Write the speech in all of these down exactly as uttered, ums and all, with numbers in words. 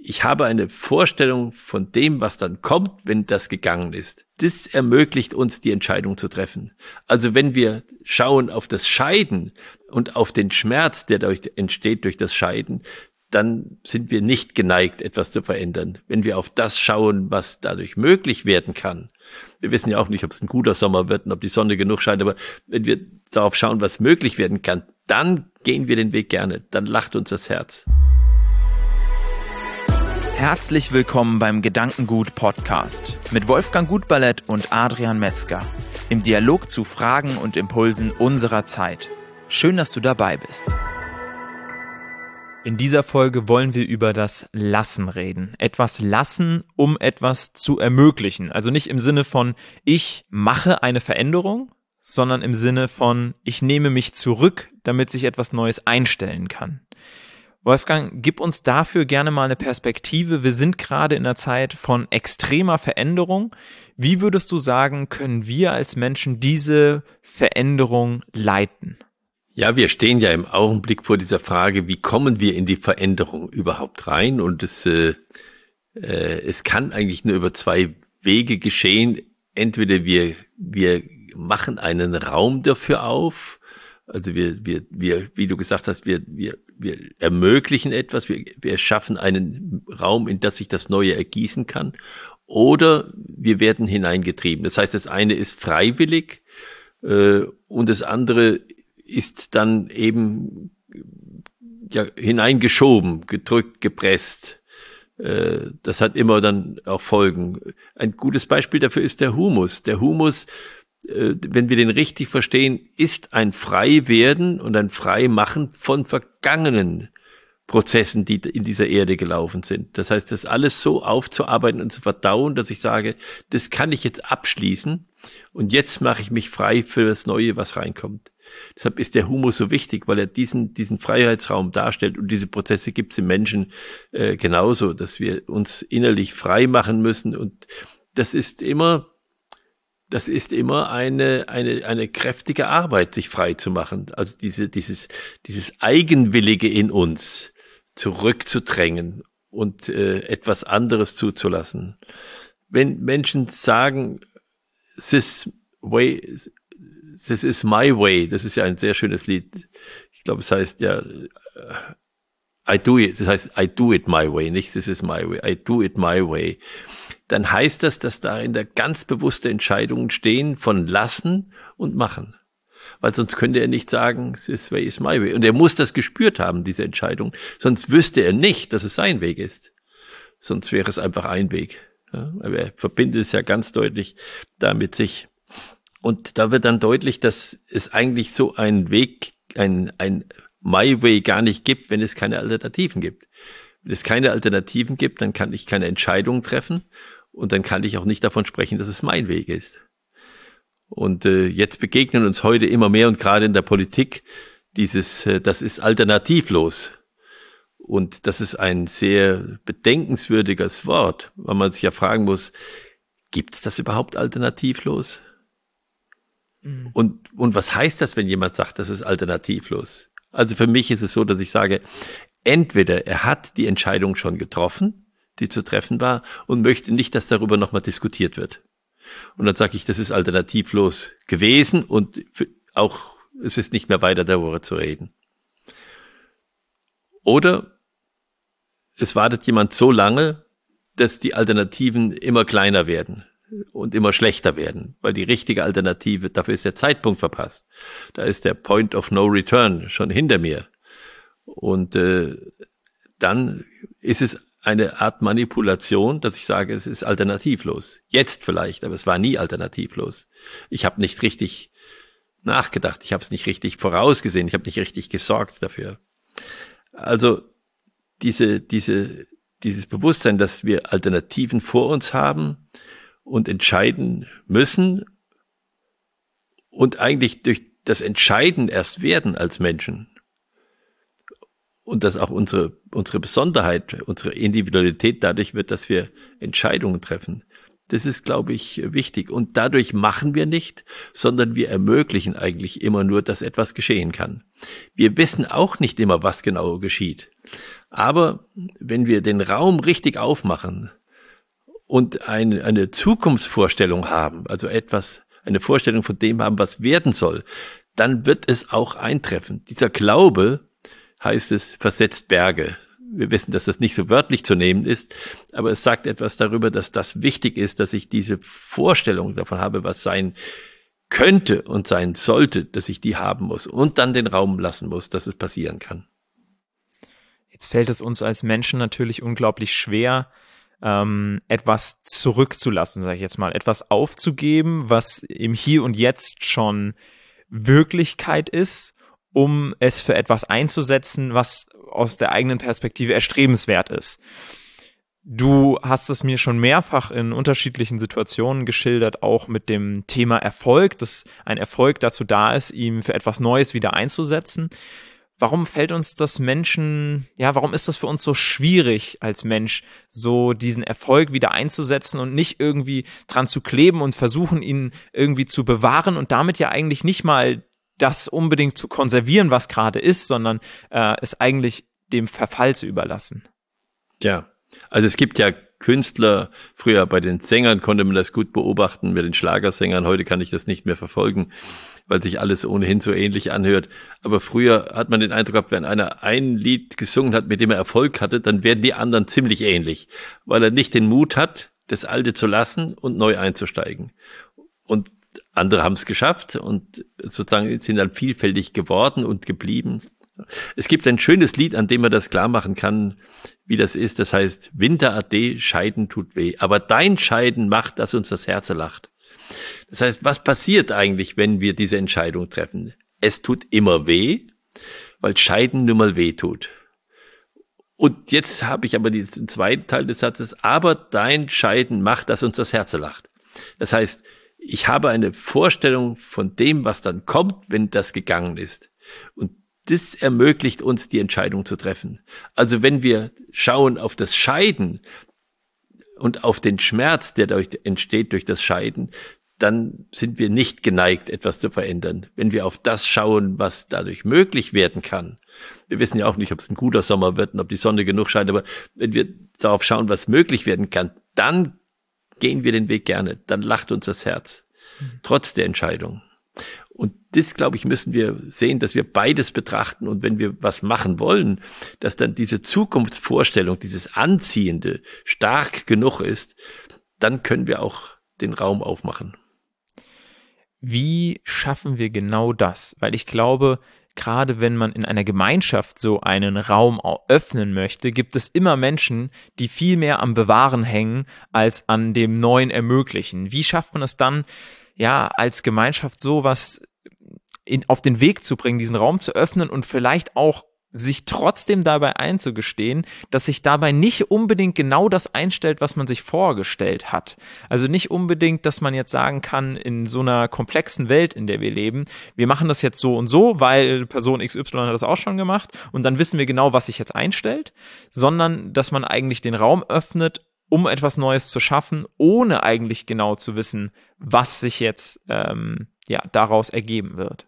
ich habe eine Vorstellung von dem, was dann kommt, wenn das gegangen ist. Das ermöglicht uns, die Entscheidung zu treffen. Also wenn wir schauen auf das Scheiden und auf den Schmerz, der dadurch entsteht durch das Scheiden, dann sind wir nicht geneigt, etwas zu verändern. Wenn wir auf das schauen, was dadurch möglich werden kann, wir wissen ja auch nicht, ob es ein guter Sommer wird und ob die Sonne genug scheint, aber wenn wir darauf schauen, was möglich werden kann, dann gehen wir den Weg gerne, dann lacht uns das Herz. Herzlich willkommen beim Gedankengut Podcast mit Wolfgang Gutballett und Adrian Metzger im Dialog zu Fragen und Impulsen unserer Zeit. Schön, dass du dabei bist. In dieser Folge wollen wir über das Lassen reden. Etwas lassen, um etwas zu ermöglichen. Also nicht im Sinne von, ich mache eine Veränderung, sondern im Sinne von, ich nehme mich zurück, damit sich etwas Neues einstellen kann. Wolfgang, gib uns dafür gerne mal eine Perspektive. Wir sind gerade in einer Zeit von extremer Veränderung. Wie würdest du sagen, können wir als Menschen diese Veränderung leiten? Ja, wir stehen ja im Augenblick vor dieser Frage, wie kommen wir in die Veränderung überhaupt rein? Und es, äh, äh, es kann eigentlich nur über zwei Wege geschehen. Entweder wir, wir machen einen Raum dafür auf. Also wir, wir, wir, wie du gesagt hast, wir, wir, wir ermöglichen etwas. Wir, wir schaffen einen Raum, in das sich das Neue ergießen kann. Oder wir werden hineingetrieben. Das heißt, das eine ist freiwillig, äh, und das andere ist dann eben ja hineingeschoben, gedrückt, gepresst. Äh, das hat immer dann auch Folgen. Ein gutes Beispiel dafür ist der Humus. Der Humus, äh, wenn wir den richtig verstehen, ist ein Freiwerden und ein Freimachen von vergangenen Prozessen, die in dieser Erde gelaufen sind. Das heißt, das alles so aufzuarbeiten und zu verdauen, dass ich sage, das kann ich jetzt abschließen und jetzt mache ich mich frei für das Neue, was reinkommt. Deshalb ist der Humus so wichtig, weil er diesen diesen Freiheitsraum darstellt und diese Prozesse gibt es im Menschen äh, genauso, dass wir uns innerlich frei machen müssen und das ist immer das ist immer eine eine eine kräftige Arbeit, sich frei zu machen. Also diese dieses dieses Eigenwillige in uns zurückzudrängen und äh, etwas anderes zuzulassen. Wenn Menschen sagen, this way This is my way. Das ist ja ein sehr schönes Lied. Ich glaube, es heißt ja, I do it. Das heißt, I do it my way, nicht this is my way. I do it my way. Dann heißt das, dass darin da ganz bewusste Entscheidungen stehen von lassen und machen. Weil sonst könnte er nicht sagen, this way is my way. Und er muss das gespürt haben, diese Entscheidung. Sonst wüsste er nicht, dass es sein Weg ist. Sonst wäre es einfach ein Weg. Ja, aber er verbindet es ja ganz deutlich damit sich. Und da wird dann deutlich, dass es eigentlich so einen Weg, ein, ein My Way gar nicht gibt, wenn es keine Alternativen gibt. Wenn es keine Alternativen gibt, dann kann ich keine Entscheidungen treffen und dann kann ich auch nicht davon sprechen, dass es mein Weg ist. Und äh, jetzt begegnen uns heute immer mehr und gerade in der Politik dieses, äh, das ist alternativlos. Und das ist ein sehr bedenkenswürdiges Wort, weil man sich ja fragen muss, gibt es das überhaupt alternativlos? Und, und was heißt das, wenn jemand sagt, das ist alternativlos? Also für mich ist es so, dass ich sage, entweder er hat die Entscheidung schon getroffen, die zu treffen war, und möchte nicht, dass darüber nochmal diskutiert wird. Und dann sage ich, das ist alternativlos gewesen und auch es ist nicht mehr weiter darüber zu reden. Oder es wartet jemand so lange, dass die Alternativen immer kleiner werden und immer schlechter werden, weil die richtige Alternative, dafür ist der Zeitpunkt verpasst. Da ist der Point of No Return schon hinter mir. Und äh, dann ist es eine Art Manipulation, dass ich sage, es ist alternativlos. Jetzt vielleicht, aber es war nie alternativlos. Ich habe nicht richtig nachgedacht, ich habe es nicht richtig vorausgesehen, ich habe nicht richtig gesorgt dafür. Also diese, diese, dieses Bewusstsein, dass wir Alternativen vor uns haben, und entscheiden müssen und eigentlich durch das Entscheiden erst werden als Menschen und dass auch unsere unsere Besonderheit, unsere Individualität dadurch wird, dass wir Entscheidungen treffen. Das ist, glaube ich, wichtig. Und dadurch machen wir nicht, sondern wir ermöglichen eigentlich immer nur, dass etwas geschehen kann. Wir wissen auch nicht immer, was genau geschieht. Aber wenn wir den Raum richtig aufmachen und eine, eine Zukunftsvorstellung haben, also etwas, eine Vorstellung von dem haben, was werden soll, dann wird es auch eintreffen. Dieser Glaube, heißt es, versetzt Berge. Wir wissen, dass das nicht so wörtlich zu nehmen ist, aber es sagt etwas darüber, dass das wichtig ist, dass ich diese Vorstellung davon habe, was sein könnte und sein sollte, dass ich die haben muss und dann den Raum lassen muss, dass es passieren kann. Jetzt fällt es uns als Menschen natürlich unglaublich schwer, ähm, etwas zurückzulassen, sage ich jetzt mal, etwas aufzugeben, was im Hier und Jetzt schon Wirklichkeit ist, um es für etwas einzusetzen, was aus der eigenen Perspektive erstrebenswert ist. Du hast es mir schon mehrfach in unterschiedlichen Situationen geschildert, auch mit dem Thema Erfolg, dass ein Erfolg dazu da ist, ihm für etwas Neues wieder einzusetzen. Warum fällt uns das Menschen, ja, warum ist das für uns so schwierig als Mensch, so diesen Erfolg wieder einzusetzen und nicht irgendwie dran zu kleben und versuchen, ihn irgendwie zu bewahren und damit ja eigentlich nicht mal das unbedingt zu konservieren, was gerade ist, sondern äh, es eigentlich dem Verfall zu überlassen? Ja, also es gibt ja Künstler, früher bei den Sängern konnte man das gut beobachten, bei den Schlagersängern, heute kann ich das nicht mehr verfolgen, weil sich alles ohnehin so ähnlich anhört. Aber früher hat man den Eindruck gehabt, wenn einer ein Lied gesungen hat, mit dem er Erfolg hatte, dann werden die anderen ziemlich ähnlich, weil er nicht den Mut hat, das Alte zu lassen und neu einzusteigen. Und andere haben es geschafft und sozusagen sind dann vielfältig geworden und geblieben. Es gibt ein schönes Lied, an dem man das klar machen kann, wie das ist. Das heißt, Winter ade, Scheiden tut weh. Aber dein Scheiden macht, dass uns das Herz lacht. Das heißt, was passiert eigentlich, wenn wir diese Entscheidung treffen? Es tut immer weh, weil Scheiden nun mal weh tut. Und jetzt habe ich aber diesen zweiten Teil des Satzes, aber dein Scheiden macht, dass uns das Herz lacht. Das heißt, ich habe eine Vorstellung von dem, was dann kommt, wenn das gegangen ist. Und das ermöglicht uns, die Entscheidung zu treffen. Also wenn wir schauen auf das Scheiden und auf den Schmerz, der dadurch entsteht durch das Scheiden, dann sind wir nicht geneigt, etwas zu verändern. Wenn wir auf das schauen, was dadurch möglich werden kann, wir wissen ja auch nicht, ob es ein guter Sommer wird und ob die Sonne genug scheint, aber wenn wir darauf schauen, was möglich werden kann, dann gehen wir den Weg gerne, dann lacht uns das Herz, trotz der Entscheidung. Und das, glaube ich, müssen wir sehen, dass wir beides betrachten und wenn wir was machen wollen, dass dann diese Zukunftsvorstellung, dieses Anziehende stark genug ist, dann können wir auch den Raum aufmachen. Wie schaffen wir genau das? Weil ich glaube, gerade wenn man in einer Gemeinschaft so einen Raum öffnen möchte, gibt es immer Menschen, die viel mehr am Bewahren hängen, als an dem Neuen ermöglichen. Wie schafft man es dann, ja, als Gemeinschaft sowas in, auf den Weg zu bringen, diesen Raum zu öffnen und vielleicht auch sich trotzdem dabei einzugestehen, dass sich dabei nicht unbedingt genau das einstellt, was man sich vorgestellt hat. Also nicht unbedingt, dass man jetzt sagen kann, in so einer komplexen Welt, in der wir leben, wir machen das jetzt so und so, weil Person X Y hat das auch schon gemacht und dann wissen wir genau, was sich jetzt einstellt, sondern dass man eigentlich den Raum öffnet, um etwas Neues zu schaffen, ohne eigentlich genau zu wissen, was sich jetzt ähm, ja, daraus ergeben wird.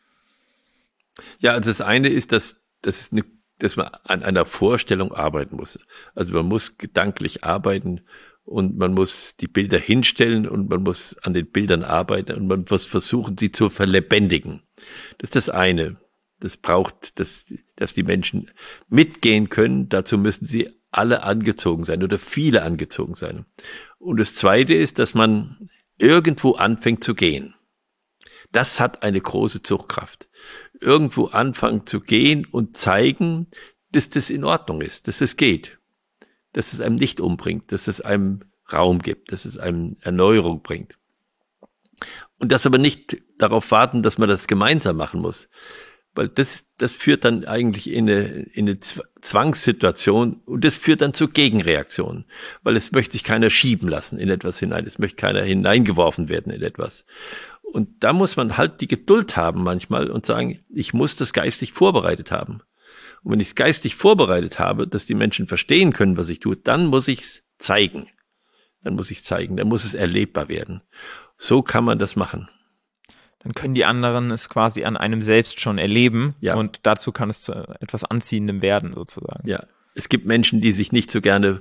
Ja, also das eine ist, dass Das ist eine, dass man an einer Vorstellung arbeiten muss. Also man muss gedanklich arbeiten und man muss die Bilder hinstellen und man muss an den Bildern arbeiten und man muss versuchen, sie zu verlebendigen. Das ist das eine. Das braucht, dass, dass die Menschen mitgehen können. Dazu müssen sie alle angezogen sein oder viele angezogen sein. Und das zweite ist, dass man irgendwo anfängt zu gehen. Das hat eine große Zugkraft. Irgendwo anfangen zu gehen und zeigen, dass das in Ordnung ist, dass es geht, dass es einem nicht umbringt, dass es einem Raum gibt, dass es einem Erneuerung bringt. Und das aber nicht darauf warten, dass man das gemeinsam machen muss, weil das, das führt dann eigentlich in eine, in eine Zwangssituation und das führt dann zur Gegenreaktion, weil es möchte sich keiner schieben lassen in etwas hinein, es möchte keiner hineingeworfen werden in etwas. Und da muss man halt die Geduld haben manchmal und sagen, ich muss das geistig vorbereitet haben. Und wenn ich es geistig vorbereitet habe, dass die Menschen verstehen können, was ich tue, dann muss ich es zeigen. Dann muss ich es zeigen, dann muss es erlebbar werden. So kann man das machen. Dann können die anderen es quasi an einem selbst schon erleben ja. Und dazu kann es zu etwas Anziehendem werden sozusagen. Ja, Es gibt Menschen, die sich nicht so gerne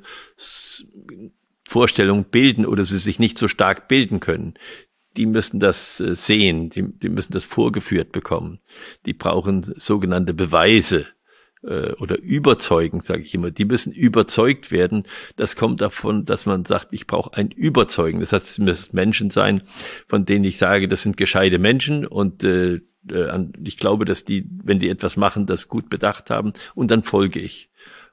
Vorstellungen bilden oder sie sich nicht so stark bilden können. Die müssen das sehen, die, die müssen das vorgeführt bekommen. Die brauchen sogenannte Beweise äh, oder überzeugen, sage ich immer. Die müssen überzeugt werden. Das kommt davon, dass man sagt, ich brauche ein Überzeugen. Das heißt, es müssen Menschen sein, von denen ich sage, das sind gescheite Menschen und äh, ich glaube, dass die, wenn die etwas machen, das gut bedacht haben und dann folge ich.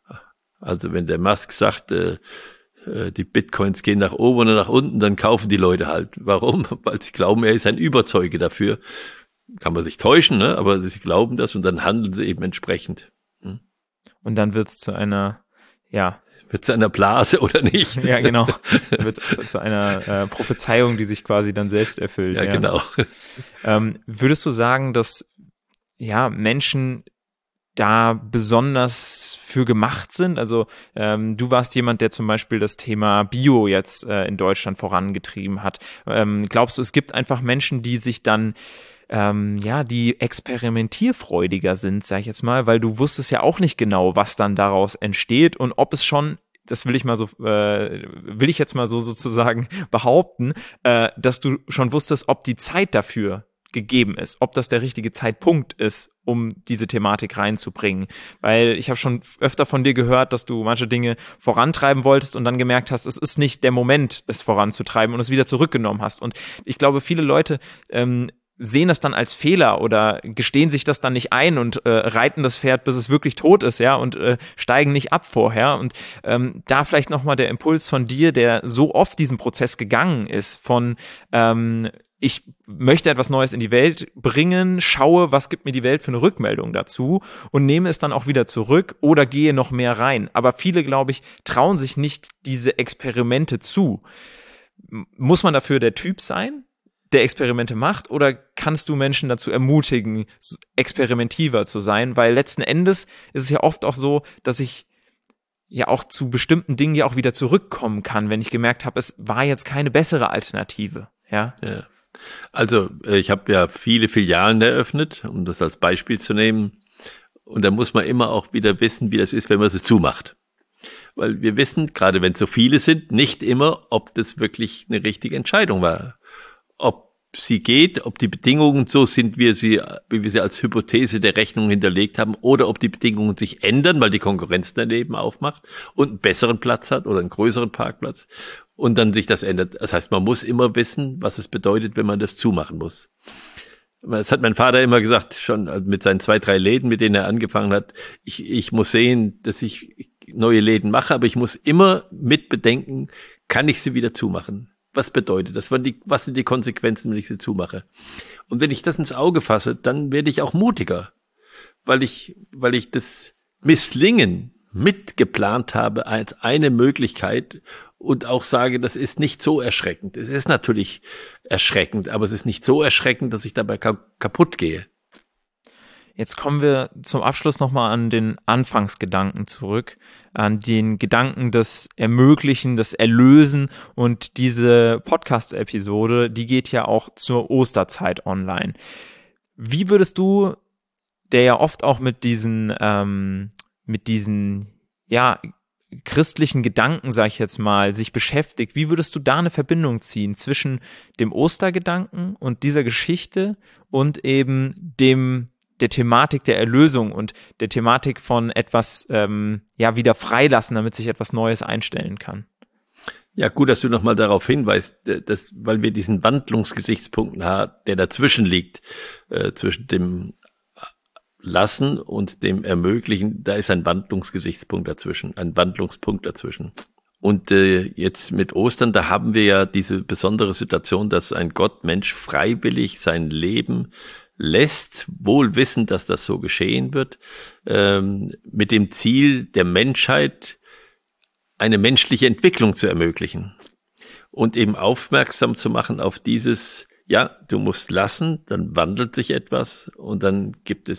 Also wenn der Musk sagt, äh, die Bitcoins gehen nach oben oder nach unten, dann kaufen die Leute halt. Warum? Weil sie glauben, er ist ein Überzeuge dafür. Kann man sich täuschen, ne? Aber sie glauben das und dann handeln sie eben entsprechend. Hm? Und dann wird es zu einer, ja. Wird zu einer Blase oder nicht? Ja, genau. Wird zu einer äh, Prophezeiung, die sich quasi dann selbst erfüllt. Ja, ja. genau. Ähm, würdest du sagen, dass ja Menschen da besonders für gemacht sind? Also ähm, du warst jemand, der zum Beispiel das Thema Bio jetzt äh, in Deutschland vorangetrieben hat. Ähm, glaubst du, es gibt einfach Menschen, die sich dann ähm, ja, die experimentierfreudiger sind, sag ich jetzt mal, weil du wusstest ja auch nicht genau, was dann daraus entsteht und ob es schon, das will ich mal so, äh, will ich jetzt mal so sozusagen behaupten, äh, dass du schon wusstest, ob die Zeit dafür gegeben ist, ob das der richtige Zeitpunkt ist, um diese Thematik reinzubringen. Weil ich habe schon öfter von dir gehört, dass du manche Dinge vorantreiben wolltest und dann gemerkt hast, es ist nicht der Moment, es voranzutreiben und es wieder zurückgenommen hast. Und ich glaube, viele Leute ähm, sehen das dann als Fehler oder gestehen sich das dann nicht ein und äh, reiten das Pferd, bis es wirklich tot ist, ja, und äh, steigen nicht ab vorher. Und ähm, da vielleicht nochmal der Impuls von dir, der so oft diesen Prozess gegangen ist, von ähm, ich möchte etwas Neues in die Welt bringen, schaue, was gibt mir die Welt für eine Rückmeldung dazu und nehme es dann auch wieder zurück oder gehe noch mehr rein. Aber viele, glaube ich, trauen sich nicht diese Experimente zu. Muss man dafür der Typ sein, der Experimente macht, oder kannst du Menschen dazu ermutigen, experimentiver zu sein? Weil letzten Endes ist es ja oft auch so, dass ich ja auch zu bestimmten Dingen ja auch wieder zurückkommen kann, wenn ich gemerkt habe, es war jetzt keine bessere Alternative. Ja. Ja. Also ich habe ja viele Filialen eröffnet, um das als Beispiel zu nehmen. Und da muss man immer auch wieder wissen, wie das ist, wenn man sie zumacht. Weil wir wissen, gerade wenn so viele sind, nicht immer, ob das wirklich eine richtige Entscheidung war. Ob sie geht, ob die Bedingungen so sind, wie wir sie, wie wir sie als Hypothese der Rechnung hinterlegt haben, oder ob die Bedingungen sich ändern, weil die Konkurrenz daneben aufmacht und einen besseren Platz hat oder einen größeren Parkplatz. Und dann sich das ändert. Das heißt, man muss immer wissen, was es bedeutet, wenn man das zumachen muss. Das hat mein Vater immer gesagt, schon mit seinen zwei, drei Läden, mit denen er angefangen hat. Ich, ich muss sehen, dass ich neue Läden mache, aber ich muss immer mit bedenken, kann ich sie wieder zumachen? Was bedeutet das? Was sind die Konsequenzen, wenn ich sie zumache? Und wenn ich das ins Auge fasse, dann werde ich auch mutiger, weil ich, weil ich das Misslingen mitgeplant habe als eine Möglichkeit und auch sage, das ist nicht so erschreckend. Es ist natürlich erschreckend, aber es ist nicht so erschreckend, dass ich dabei ka- kaputt gehe. Jetzt kommen wir zum Abschluss nochmal an den Anfangsgedanken zurück, an den Gedanken des Ermöglichen, des Erlösen, und diese Podcast-Episode, die geht ja auch zur Osterzeit online. Wie würdest du, der ja oft auch mit diesen, ähm, mit diesen, ja, christlichen Gedanken, sag ich jetzt mal, sich beschäftigt, wie würdest du da eine Verbindung ziehen zwischen dem Ostergedanken und dieser Geschichte und eben dem der Thematik der Erlösung und der Thematik von etwas ähm, ja wieder freilassen, damit sich etwas Neues einstellen kann? Ja, gut, dass du nochmal darauf hinweist, dass, weil wir diesen Wandlungsgesichtspunkt haben, der dazwischen liegt, äh, zwischen dem Lassen und dem Ermöglichen, da ist ein Wandlungsgesichtspunkt dazwischen, ein Wandlungspunkt dazwischen. Und äh, jetzt mit Ostern, da haben wir ja diese besondere Situation, dass ein Gottmensch freiwillig sein Leben lässt, wohl wissend, dass das so geschehen wird, ähm, mit dem Ziel der Menschheit eine menschliche Entwicklung zu ermöglichen und eben aufmerksam zu machen auf dieses, ja, du musst lassen, dann wandelt sich etwas und dann gibt es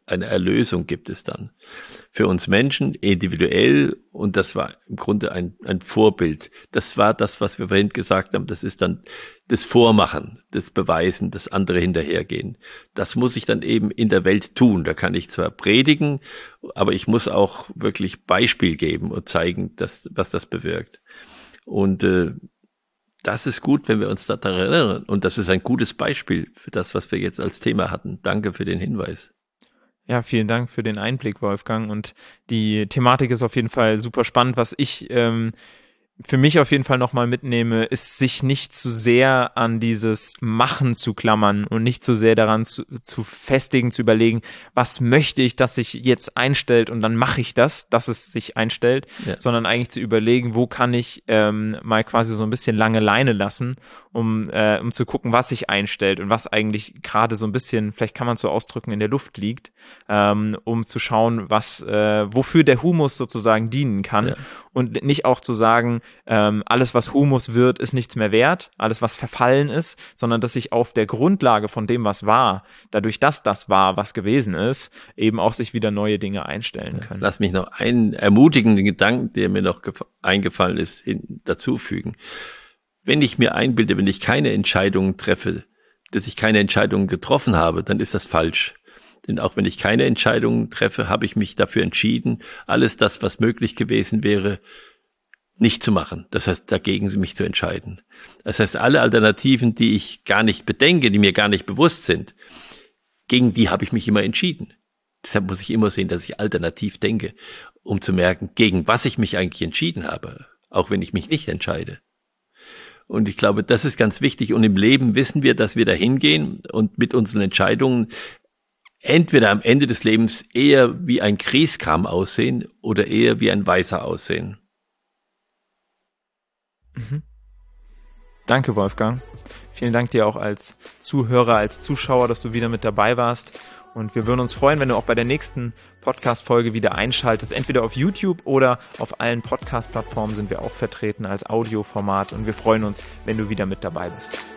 eine Erlösung gibt es dann. Für uns Menschen individuell, und das war im Grunde ein, ein Vorbild. Das war das, was wir vorhin gesagt haben, das ist dann das Vormachen, das Beweisen, das andere hinterhergehen. Das muss ich dann eben in der Welt tun. Da kann ich zwar predigen, aber ich muss auch wirklich Beispiel geben und zeigen, dass, was das bewirkt. Und äh, das ist gut, wenn wir uns daran erinnern. Und das ist ein gutes Beispiel für das, was wir jetzt als Thema hatten. Danke für den Hinweis. Ja, vielen Dank für den Einblick, Wolfgang. Und die Thematik ist auf jeden Fall super spannend. Was ich ähm, für mich auf jeden Fall nochmal mitnehme, ist, sich nicht zu sehr an dieses Machen zu klammern und nicht zu sehr daran zu, zu festigen, zu überlegen, was möchte ich, dass sich jetzt einstellt und dann mache ich das, dass es sich einstellt, ja. Sondern eigentlich zu überlegen, wo kann ich ähm, mal quasi so ein bisschen lange Leine lassen, um, äh, um zu gucken, was sich einstellt und was eigentlich gerade so ein bisschen, vielleicht kann man es so ausdrücken, in der Luft liegt, ähm, um zu schauen, was, äh, wofür der Humus sozusagen dienen kann, ja. Und nicht auch zu sagen, ähm, alles, was Humus wird, ist nichts mehr wert, alles, was verfallen ist, sondern dass sich auf der Grundlage von dem, was war, dadurch, dass das war, was gewesen ist, eben auch sich wieder neue Dinge einstellen können. Lass mich noch einen ermutigenden Gedanken, der mir noch eingefallen ist, hin, dazufügen. Wenn ich mir einbilde, wenn ich keine Entscheidungen treffe, dass ich keine Entscheidungen getroffen habe, dann ist das falsch. Denn auch wenn ich keine Entscheidungen treffe, habe ich mich dafür entschieden, alles das, was möglich gewesen wäre, nicht zu machen. Das heißt, dagegen mich zu entscheiden. Das heißt, alle Alternativen, die ich gar nicht bedenke, die mir gar nicht bewusst sind, gegen die habe ich mich immer entschieden. Deshalb muss ich immer sehen, dass ich alternativ denke, um zu merken, gegen was ich mich eigentlich entschieden habe, auch wenn ich mich nicht entscheide. Und ich glaube, das ist ganz wichtig. Und im Leben wissen wir, dass wir da hingehen und mit unseren Entscheidungen entweder am Ende des Lebens eher wie ein Grieskram aussehen oder eher wie ein Weißer aussehen. Mhm. Danke, Wolfgang. Vielen Dank dir auch als Zuhörer, als Zuschauer, dass du wieder mit dabei warst. Und wir würden uns freuen, wenn du auch bei der nächsten Podcast-Folge wieder einschaltest. Entweder auf YouTube oder auf allen Podcast-Plattformen sind wir auch vertreten als Audioformat. Und wir freuen uns, wenn du wieder mit dabei bist.